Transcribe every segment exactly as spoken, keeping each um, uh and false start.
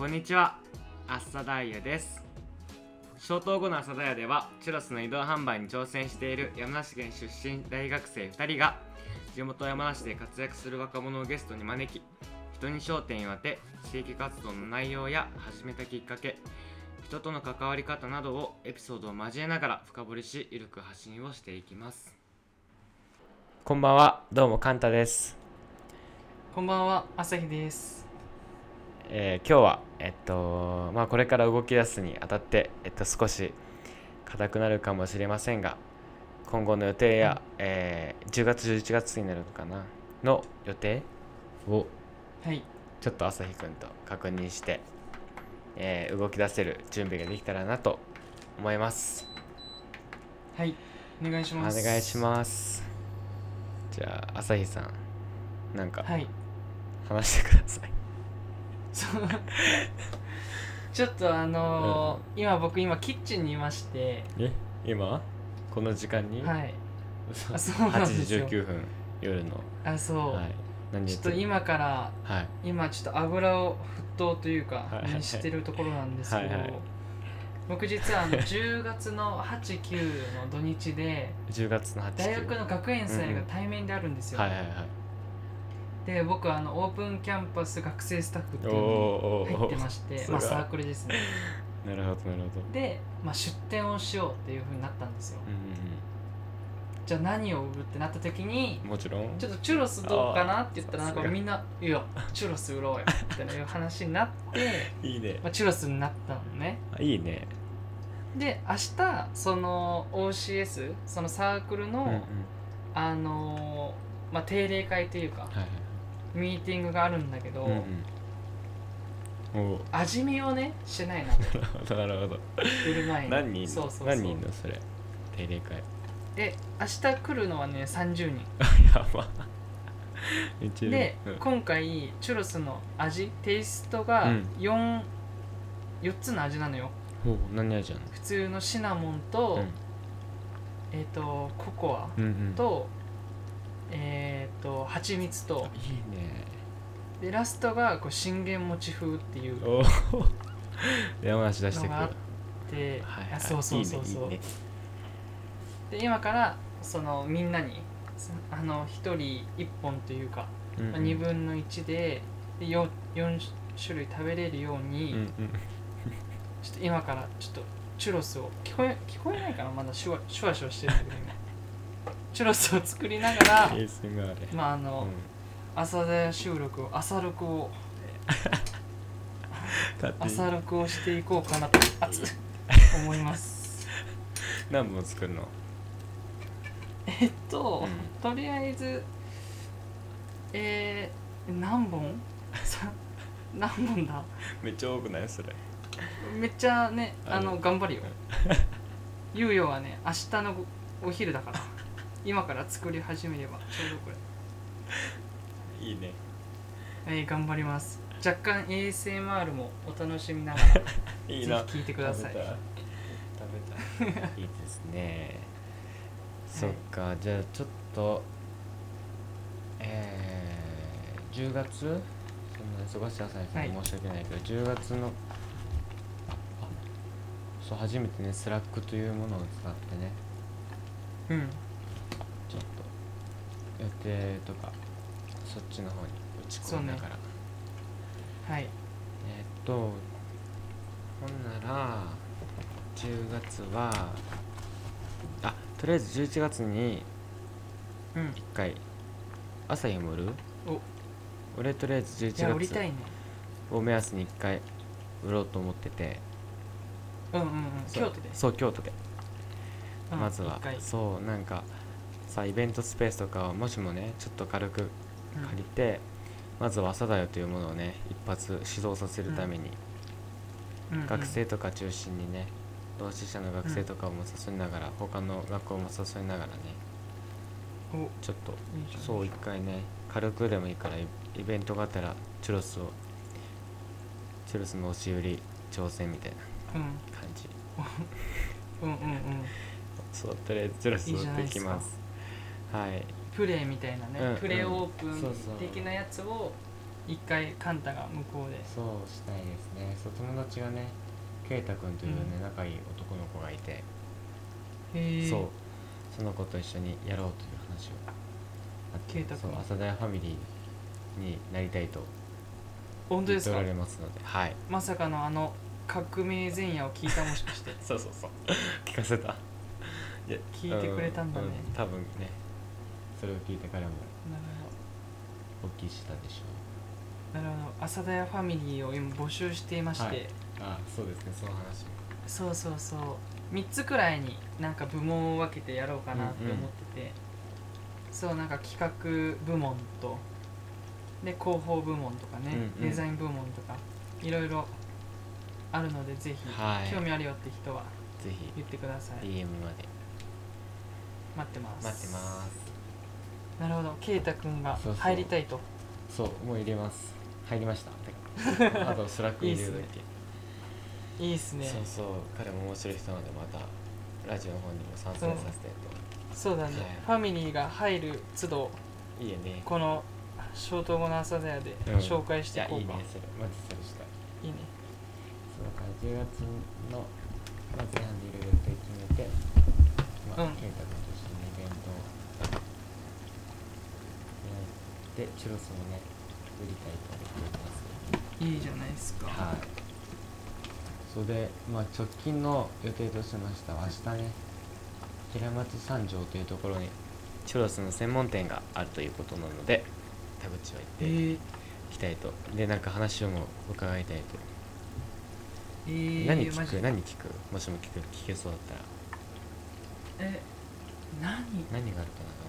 んにちは、浅田優です。消灯後の浅田屋ではチュロスの移動販売に挑戦している山梨県出身大学生ふたりが地元山梨で活躍する若者をゲストに招き、人に焦点を当て地域活動の内容や始めたきっかけ、人との関わり方などをエピソードを交えながら深掘りし、ゆるく発信をしていきます。こんばんは、どうもカンタです。 こんばんは、朝日です。 えー、今日は、えっとまあ、これから動き出すにあたって、えっと、少し硬くなるかもしれませんが、今後の予定や、はいえー、じゅうがつじゅういちがつになるのかなの予定をちょっと朝日くんと確認して、えー、動き出せる準備ができたらなと思います。 はい、お願いします。 お願いします。じゃあ朝日さん、なんか話してください。はいそうちょっとあのーうん、今僕今キッチンにいまして。 え今この時間に？ はいあそうなんですよ。はちじじゅうきゅうふん夜のあそう、 はい、何ちょっと今から、はい、今ちょっと油を沸騰というか熱してるところなんですけど、はいはい、僕実はあのじゅうがつのはち、きゅうの土日でじゅうがつのはち、きゅう大学の学園祭が対面であるんですよ、うんうん、はいはいはい。で僕はあのオープンキャンパス学生スタッフっていうのに入ってまして、まあ、サークルですね。 なるほどなるほど。 で、まあ、出店をしようっていう風になったんですよ、うんうんうん、じゃあ何を売るってなった時に、 もちろんちょっとチュロスどうかなって言ったらなんかみんないやチュロス売ろうよみたいな話になっていいね、 まあ、チュロスになったのね。 いいね。 で明日その オーシーエス そのサークルの、うんうん、あのー、まあ定例会というか、はいはい、ミーティングがあるんだけど、うんうん、味見をねしてないなとなるほど売る前に何人そうそうそう何人のそれ定例会で明日来るのはねさんじゅうにんやばで、うん、今回チュロスの味テイストが 4,、うん、よっつの味なのよ。 ほう何味なの？ 普通のシナモンと、うん、えっ、ー、とココアと、うんうん、えっ、ー、と蜂蜜といいね。 でラストがこう信玄餅風っていう山梨出してくるのがあって、はいはい、あそうそうそうそう、いいねいいね。で今からそのみんなにあのひとりいっぽんというか、うんうんまあ、にぶんのいちで 4, 4種類食べれるように、うんうん、ちょっと今からちょっとチュロスを聞こえ聞こえないかな、まだシュワシュワシュワしてるんだけど今チュロスを作りながらまああの、うん、朝で収録を朝録を朝録をしていこうかなと思います何本作るの？ えっと、うん、とりあえずえー、何本何本だめっちゃ多くないそれ？ めっちゃね、あの頑張るよ猶予はね明日のお昼だから今から作り始めればちょうどこれいいね。 えー、頑張ります。若干 エーエスエムアール もお楽しみながらいいなぜひ聞いてください。 食べた食べたいいですねそっか、はい、じゃあちょっとえー、じゅうがつそんな忙しい朝に申し訳ないけど、はい、じゅうがつのあそう初めてねスラックというものを使ってね、うんちょっと予定とかそっちの方に打ち込みながら、ね、 はいえー、っとほんならじゅうがつはあとりあえずじゅういちがつにいっかい、うん、朝日も売る？俺とりあえずじゅういちがつを目安にいっかい売ろうと思ってて、 うんうんうん京都でそう京都で、うん、まずはそうなんかさイベントスペースとかをもしもねちょっと軽く借りて、うん、まずは朝だよというものをね一発指導させるために、うん、学生とか中心にね同志社の学生とかも誘いながら、うん、他の学校も誘いながらねちょっといいそう一回ね軽くでもいいからイベントがあったらチュロスをチュロスの押し売り挑戦みたいな感じ、 うん、うんうんうんそうとりあえずチュロスを売っていきます。はいプレイみたいなね、うん、プレイオープン的なやつを一回カンタが向こうでそうしたいですね。そう友達がねケイタ君というね、うん、仲いい男の子がいて、 へそうその子と一緒にやろうという話をあって、 ケイタ君そう朝田屋ファミリーになりたいと本当ですか。 言っておられますので、はい、 まさかのあの革命前夜を聞いたもしかしてそうそうそう聞かせたいや聞いてくれたんだね、 うんうん、多分ねそれを聞いてからもなるほどお聞きしたでしょう。なるほど。朝田屋ファミリーを今募集していまして、はい、 あそうですねその話そうそうそうみっつくらいになんか部門を分けてやろうかなって思ってて、うんうん、そうなんか企画部門とで広報部門とかね、うんうん、デザイン部門とかいろいろあるのでぜひ、はい、興味あるよって人はぜひ言ってください。 ディーエム まで待ってます待ってます。 なるほど。ケイタ君が入りたいと。 そうそうもう入れます。入りましたあとスラック入れるだけ。いいっすね。 そうそう彼も面白い人なのでまたラジオの方にも参戦させてと。 そうだね、はい、ファミリーが入る都度いいよねこの消灯後の朝だよで紹介していこうか、 うん、いやいいねそれマジそれしたい。 いいね。 そうだからじゅうがつのまず前半でいろいろと決めて、まあ、ケイタ君と一緒にイベントをやってチュロスもね売りたいと思っています。 いいじゃないですか。 はい。それで、まあ、直近の予定としましては明日ね平松三条というところにチュロスの専門店があるということなので田口は行ってきたいと、えー、でなんか話をも伺いたいと、 えー、 何聞く何聞くもしも聞く聞けそうだったらえ何何があるかななんか何があるか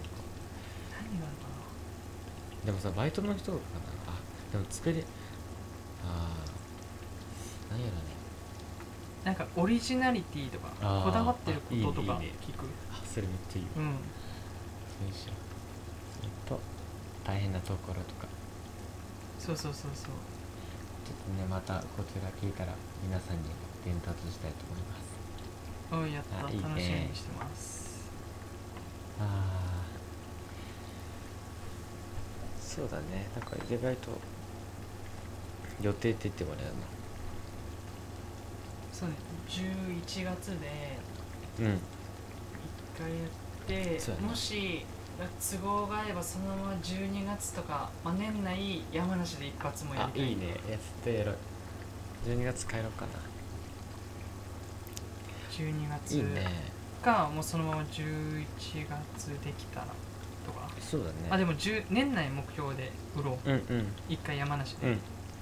な。でもさバイトの人かなあでも作りああ何やらねなんかオリジナリティとかこだわってることとか聞く。 いいね、あそれめっちゃいい。 うん。 そうしよう。それと大変なところとか。 そうそうそうそう。 ちょっとねまたこちら聞いたら皆さんに伝達したいと思います。 おいやった。いいね、楽しみにしてます。 ああそうだねなんか意外と予定って言ってもあれだな。 そうねじゅういちがつでうんいっかいやって、うん、もし都合が合えばそのままじゅうにがつとか、まあ、年内山梨で一発もやりたい。 あいいねやってやろう。じゅうにがつ帰ろうかな。 じゅうにがついいねかもうそのままじゅういちがつできたらとか。 そうだね。 あでも年内目標で売ろう。 うんうん一回山梨で、 うん、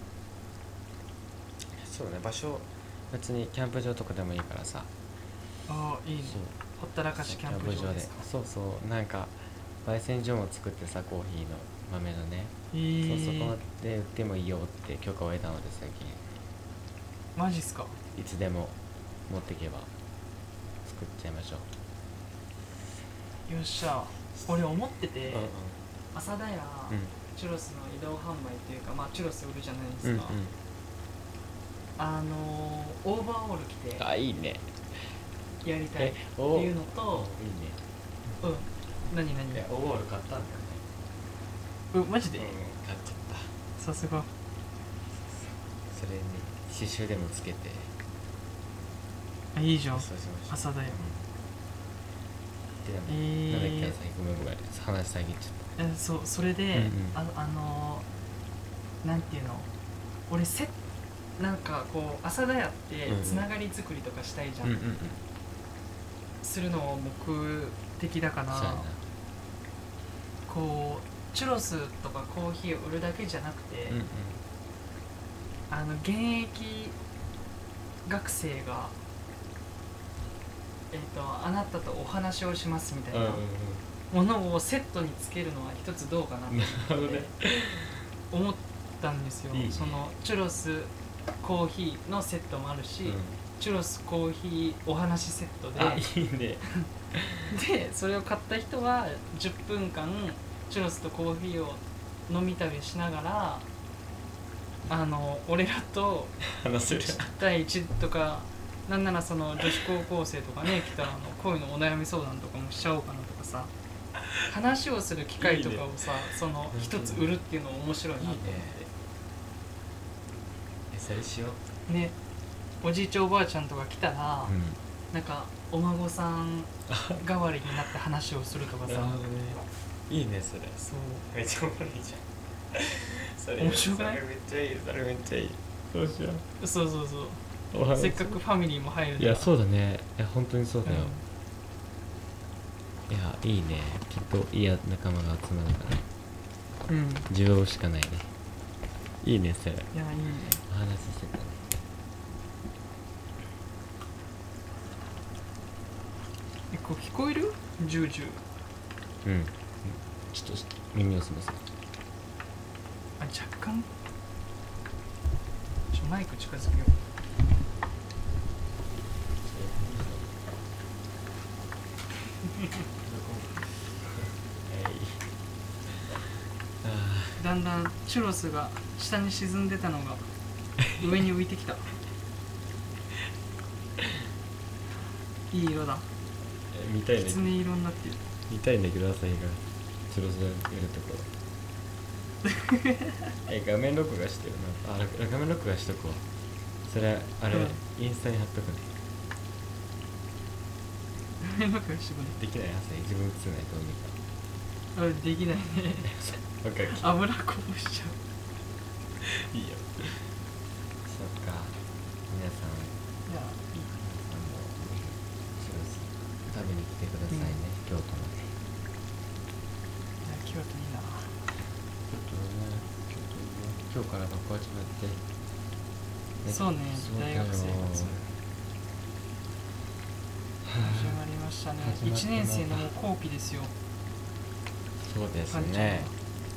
そうだね場所別にキャンプ場とかでもいいからさ。 ああいいね。ほったらかしキャンプ場ですか。 そうそうなんか焙煎所も作ってさコーヒーの豆のね、 えー、 そうそこで売ってもいいよって許可を得たので最近。 マジっすか。 いつでも持ってけば作っちゃいましょう。よっしゃ俺思ってて、うんうん、朝田屋、うん、チュロスの移動販売っていうかまあチュロス売るじゃないですか、うんうん、あのー、オーバーオール着てあいいねやりたいっていうのといいねうん何何いやオーバーオール買ったんだよね。 うんマジで、 うん、買っちゃったさすが。 それに刺繍でもつけてあいいじゃん朝だよ、 うん、でえー、なんだっけ最後ごめん話遮っちゃったえそうそれで、うんうん、あ, あのー、なんていうの俺せなんかこう朝だやってつながり作りとかしたいじゃん、うんうんうん、するのを目的だから、こうチュロスとかコーヒーを売るだけじゃなくて、うんうん、あの現役学生がえっとあなたとお話をしますみたいなものをセットにつけるのは一つどうかなって思ったんですよ。いいね、そのチュロスコーヒーのセットもあるし、うん、チュロスコーヒーお話セットで、 あいいねでそれを買った人はじゅっぷんかんチュロスとコーヒーを飲み旅しながらあの俺らと話せるいち対いちとかなんならその女子高校生とかね来たらあの恋のお悩み相談とかもしちゃおうかなとかさ話をする機会とかをさいい、ね、その一つ売るっていうのも面白いなと思っていい、ね、 それしようね。おじいちゃんおばあちゃんとか来たら、 う、うん、 なんかお孫さん代わりになって話をするとかさ、 なるほどね、いいねそれ。 そうめっちゃおもろいじゃんそれ面白くない？ それめっちゃいい、それめっちゃいい。そうしよそうそうそうう。 せっかくファミリーも入るいやそうだね、いや本当にそうだよ、 うん、 いやいいね、きっといい仲間が集まるからうん需要しかないね。いいねそれ。 いやいいね。 お話ししてたね。 えこう聞こえる？ジュージュー。 うんちょっと耳をすません。 あ若干ちょマイク近づけようだんだんチュロスが下に沈んでたのが上に浮いてきたいい色だ。 見たいね。 きつね色になってる。 見たいんだけど朝日がチュロスがいるところえ画面録画してるな。あ画面録画しとくわ。それあれ、うん、インスタに貼っとくね。 画面録画してくね。 できない朝日自分映せないと思うかあできないね分かる。 油こぼしちゃういいよそっか。皆さんいやいい。 あのチュロス食べに来てくださいね、うん、京都まで。 いや京都いいな。 京都ね、京都ね、今日から学校始まって、ね、 そうね、大学生活始まりましたね。いちねん生のもう後期ですよ。 そうですね。早い早い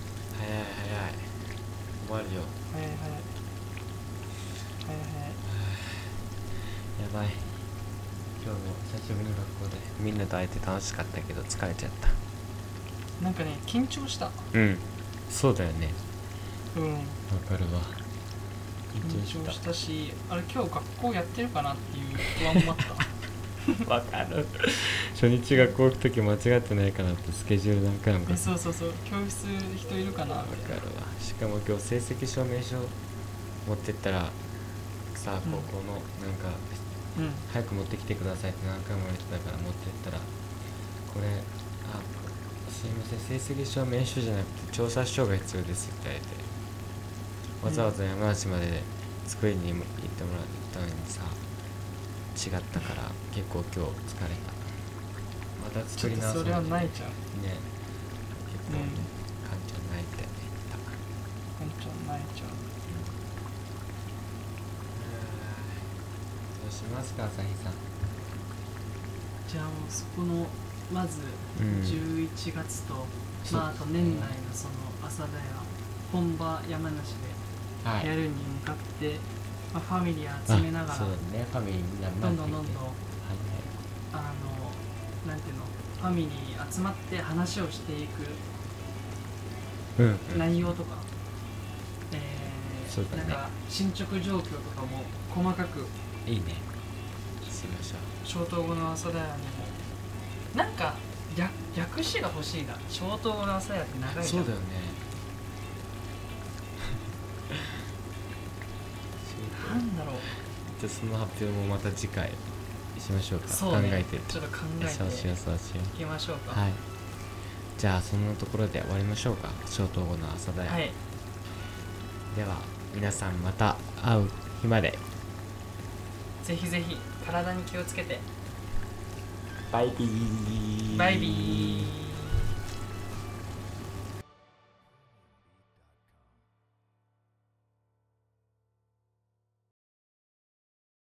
終わるよ。 早い早い早い早いやばい。今日も久しぶりの学校でみんなと会えて楽しかったけど疲れちゃった。 なんかね緊張した。 うんそうだよね。 うんわかるわ。 緊張したし、あれ今日学校やってるかなっていう不安もあったわかる初日学校行くとき間違ってないかなってスケジュール何回もかそうそうそう教室人いるかなわかるわ。しかも今日成績証明書持ってったらさあ高校のなんか、うん、早く持ってきてくださいって何回も言ってたから持ってったらこれあすいません成績証明書じゃなくて調査書が必要ですって言われてわざわざ山梨まで作りに行ってもらったのにさ違ったから結構今日疲れた。また作り直すそれは泣いちゃうね。結構ね、かんちゃん泣いて言った。 かんちゃん泣いちゃう、うん、 どうしますか朝日さん。 じゃあもうそこのまずじゅういちがつと、うん、まああと年内のその朝田屋本場山梨でやるに向かって、はいまあ、ファミリー集めながらそうだねファミリーみんなどんどんどんどん、はいはい、あのなんていうのファミリー集まって話をしていく内容とか、うんうんえーそうだね、なんか進捗状況とかも細かくいいねしましょう。消灯後の朝田屋にもなんか略略詞が欲しいな。消灯後の朝屋って長いじゃん。 そうだよねなんだろう。 じゃあその発表もまた次回しましょうか。 そうね、 考えてちょっと考えてそうしようそうしよう行きましょうか。 はい。じゃあそんなところで終わりましょうか。消灯後の朝だよ、はい、では皆さんまた会う日までぜひぜひ体に気をつけて。 バイビーバイビー